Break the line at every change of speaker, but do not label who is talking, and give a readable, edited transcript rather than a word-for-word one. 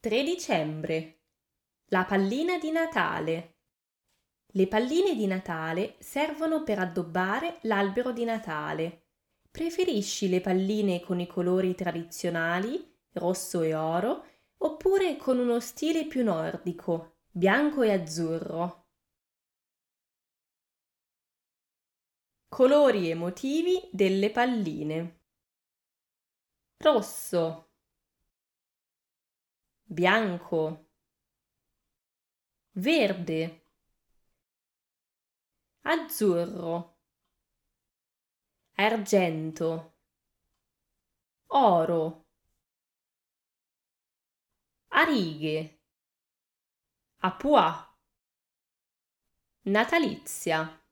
3 dicembre. La pallina di Natale. Le palline di Natale servono per addobbare l'albero di Natale. Preferisci le palline con i colori tradizionali, rosso e oro, oppure con uno stile più nordico, bianco e azzurro? Colori e motivi delle palline. Rosso, bianco, verde, azzurro, argento, oro, a righe, a pois, natalizia.